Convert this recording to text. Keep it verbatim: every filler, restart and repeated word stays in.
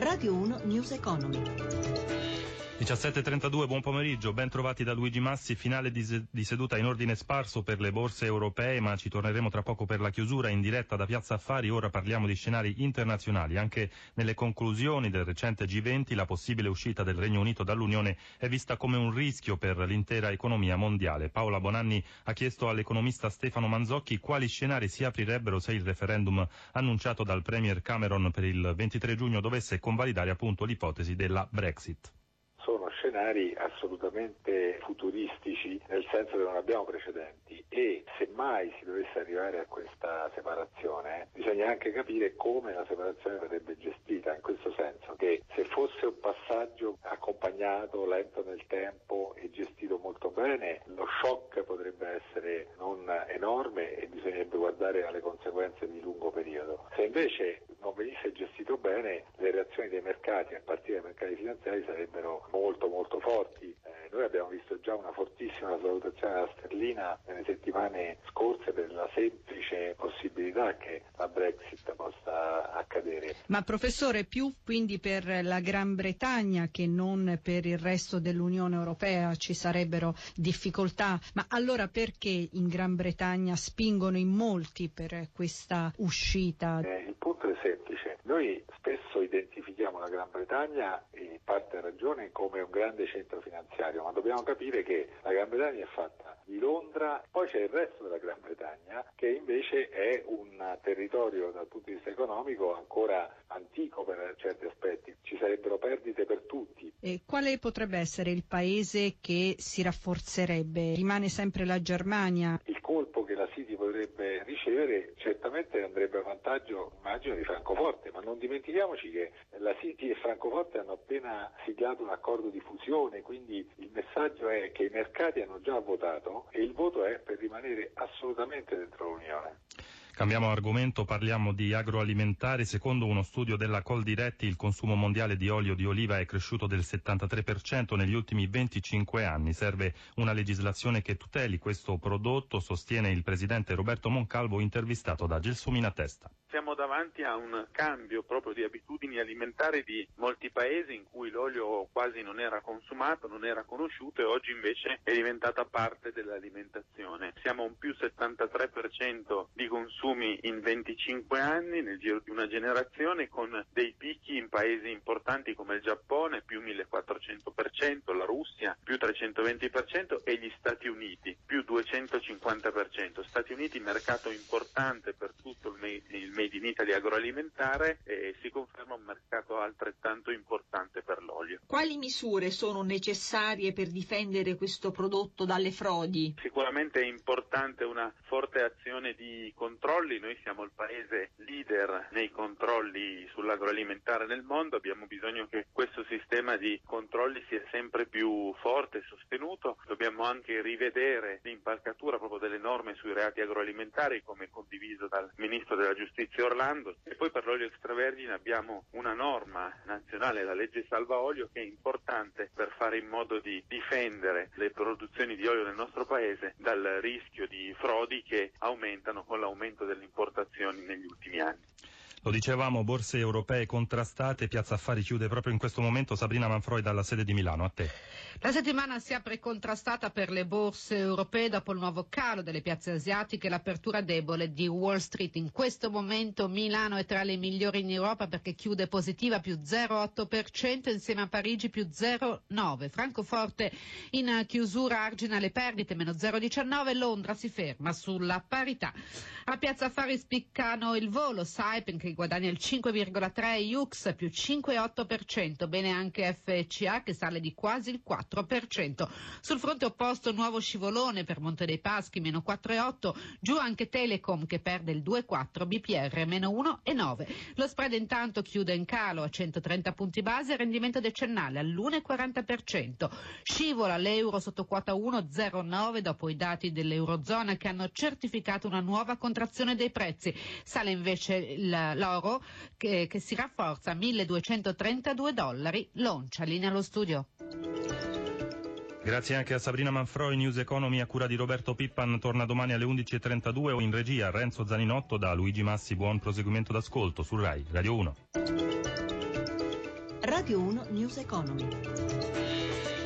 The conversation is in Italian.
Radio uno News Economy. diciassette e trentadue, buon pomeriggio, ben trovati da Luigi Massi. Finale di, se- di seduta in ordine sparso per le borse europee, ma ci torneremo tra poco per la chiusura in diretta da Piazza Affari. Ora parliamo di scenari internazionali. Anche nelle conclusioni del recente G venti la possibile uscita del Regno Unito dall'Unione è vista come un rischio per l'intera economia mondiale. Paola Bonanni ha chiesto all'economista Stefano Manzocchi quali scenari si aprirebbero se il referendum annunciato dal Premier Cameron per il ventitré giugno dovesse convalidare appunto l'ipotesi della Brexit. Sono scenari assolutamente futuristici, nel senso che non abbiamo precedenti, e se mai si dovesse arrivare a questa separazione bisogna anche capire come la separazione verrebbe gestita, in questo senso che se fosse un passaggio accompagnato, lento nel tempo e gestito molto bene, lo shock potrebbe essere non enorme e bisognerebbe guardare alle conseguenze di lungo periodo. Se invece non venisse gestito bene, le reazioni dei mercati, a partire dai mercati finanziari, sarebbero molto molto forti. Eh, noi abbiamo visto già una fortissima valutazione della sterlina nelle settimane scorse per la semplice possibilità che la Brexit possa accadere. Ma professore, più quindi per la Gran Bretagna che non per il resto dell'Unione Europea ci sarebbero difficoltà, ma allora perché in Gran Bretagna spingono in molti per questa uscita? Eh, il punto è semplice, noi spesso identifichiamo la Gran Bretagna, in parte ragione, come un grande centro finanziario, ma dobbiamo capire che la Gran Bretagna è fatta di Londra, poi c'è il resto della Gran Bretagna che invece è un territorio dal punto di vista economico ancora antico per certi aspetti, ci sarebbero perdite per tutti. E quale potrebbe essere il paese che si rafforzerebbe? Rimane sempre la Germania? Il colpo che la City potrebbe ricevere certamente andrebbe a vantaggio, immagino, di Francoforte, ma non dimentichiamoci che la City e Francoforte hanno appena siglato un accordo di fusione, quindi il messaggio è che i mercati hanno già votato e il voto è per rimanere assolutamente dentro l'Unione. Cambiamo argomento, parliamo di agroalimentari. Secondo uno studio della Coldiretti il consumo mondiale di olio di oliva è cresciuto del settantatré per cento negli ultimi venticinque anni. Serve una legislazione che tuteli questo prodotto, sostiene il presidente Roberto Moncalvo, intervistato da Gelsomina Testa. Siamo davanti a un cambio proprio di abitudini alimentari di molti paesi in cui l'olio quasi non era consumato, non era conosciuto, e oggi invece è diventata parte dell'alimentazione. Siamo a un più settantatré per cento di consumi in venticinque anni, nel giro di una generazione, con dei picchi in paesi importanti come il Giappone, più millequattrocento per cento, la Russia, più trecentoventi per cento, e gli Stati Uniti, più duecentocinquanta per cento. Stati Uniti, mercato importante per tutto il made, il made in Italy agroalimentare, e si conferma un mercato altrettanto importante per l'olio. Quali misure sono necessarie per difendere questo prodotto dalle frodi? Sicuramente è importante una forte azione di controlli. Noi siamo il paese leader nei controlli sull'agroalimentare nel mondo, abbiamo bisogno che questo sistema di controlli sia sempre più forte e sostenuto. Dobbiamo anche rivedere l'impalcatura proprio delle norme sui reati agroalimentari, come condiviso dal Ministro della Giustizia Orlando. E poi per l'olio extravergine abbiamo una norma nazionale, la legge Salva Olio, che è importante per fare in modo di difendere le produzioni di olio nel nostro paese dal rischio di frodi che aumentano con l'aumento delle importazioni negli ultimi anni. Lo dicevamo, borse europee contrastate, Piazza Affari chiude proprio in questo momento. Sabrina Manfroi dalla sede di Milano, a te. La settimana si apre contrastata per le borse europee dopo il nuovo calo delle piazze asiatiche e l'apertura debole di Wall Street. In questo momento Milano è tra le migliori in Europa perché chiude positiva più zero virgola otto per cento, insieme a Parigi più zero virgola nove per cento. Francoforte in chiusura argina le perdite, meno zero virgola diciannove per cento. Londra si ferma sulla parità. A Piazza Affari spiccano il volo Saipem, che guadagna il cinque virgola tre per cento, U X più cinque virgola otto per cento, bene anche F C A che sale di quasi il quattro per cento. Sul fronte opposto nuovo scivolone per Monte dei Paschi, meno quattro virgola otto, giù anche Telecom che perde il due virgola quattro, B P R meno uno virgola nove. Lo spread intanto chiude in calo a centotrenta punti base, rendimento decennale all'uno virgola quaranta per cento. Scivola l'euro sotto quota uno virgola zero nove dopo i dati dell'Eurozona che hanno certificato una nuova contrazione dei prezzi. Sale invece il, l'oro che, che si rafforza a milleduecentotrentadue dollari l'oncia. Linea allo studio. Grazie anche a Sabrina Manfroi. News Economy a cura di Roberto Pippan torna domani alle undici e trentadue o in regia Renzo Zaninotto. Da Luigi Massi buon proseguimento d'ascolto su Rai Radio uno. Radio uno News Economy.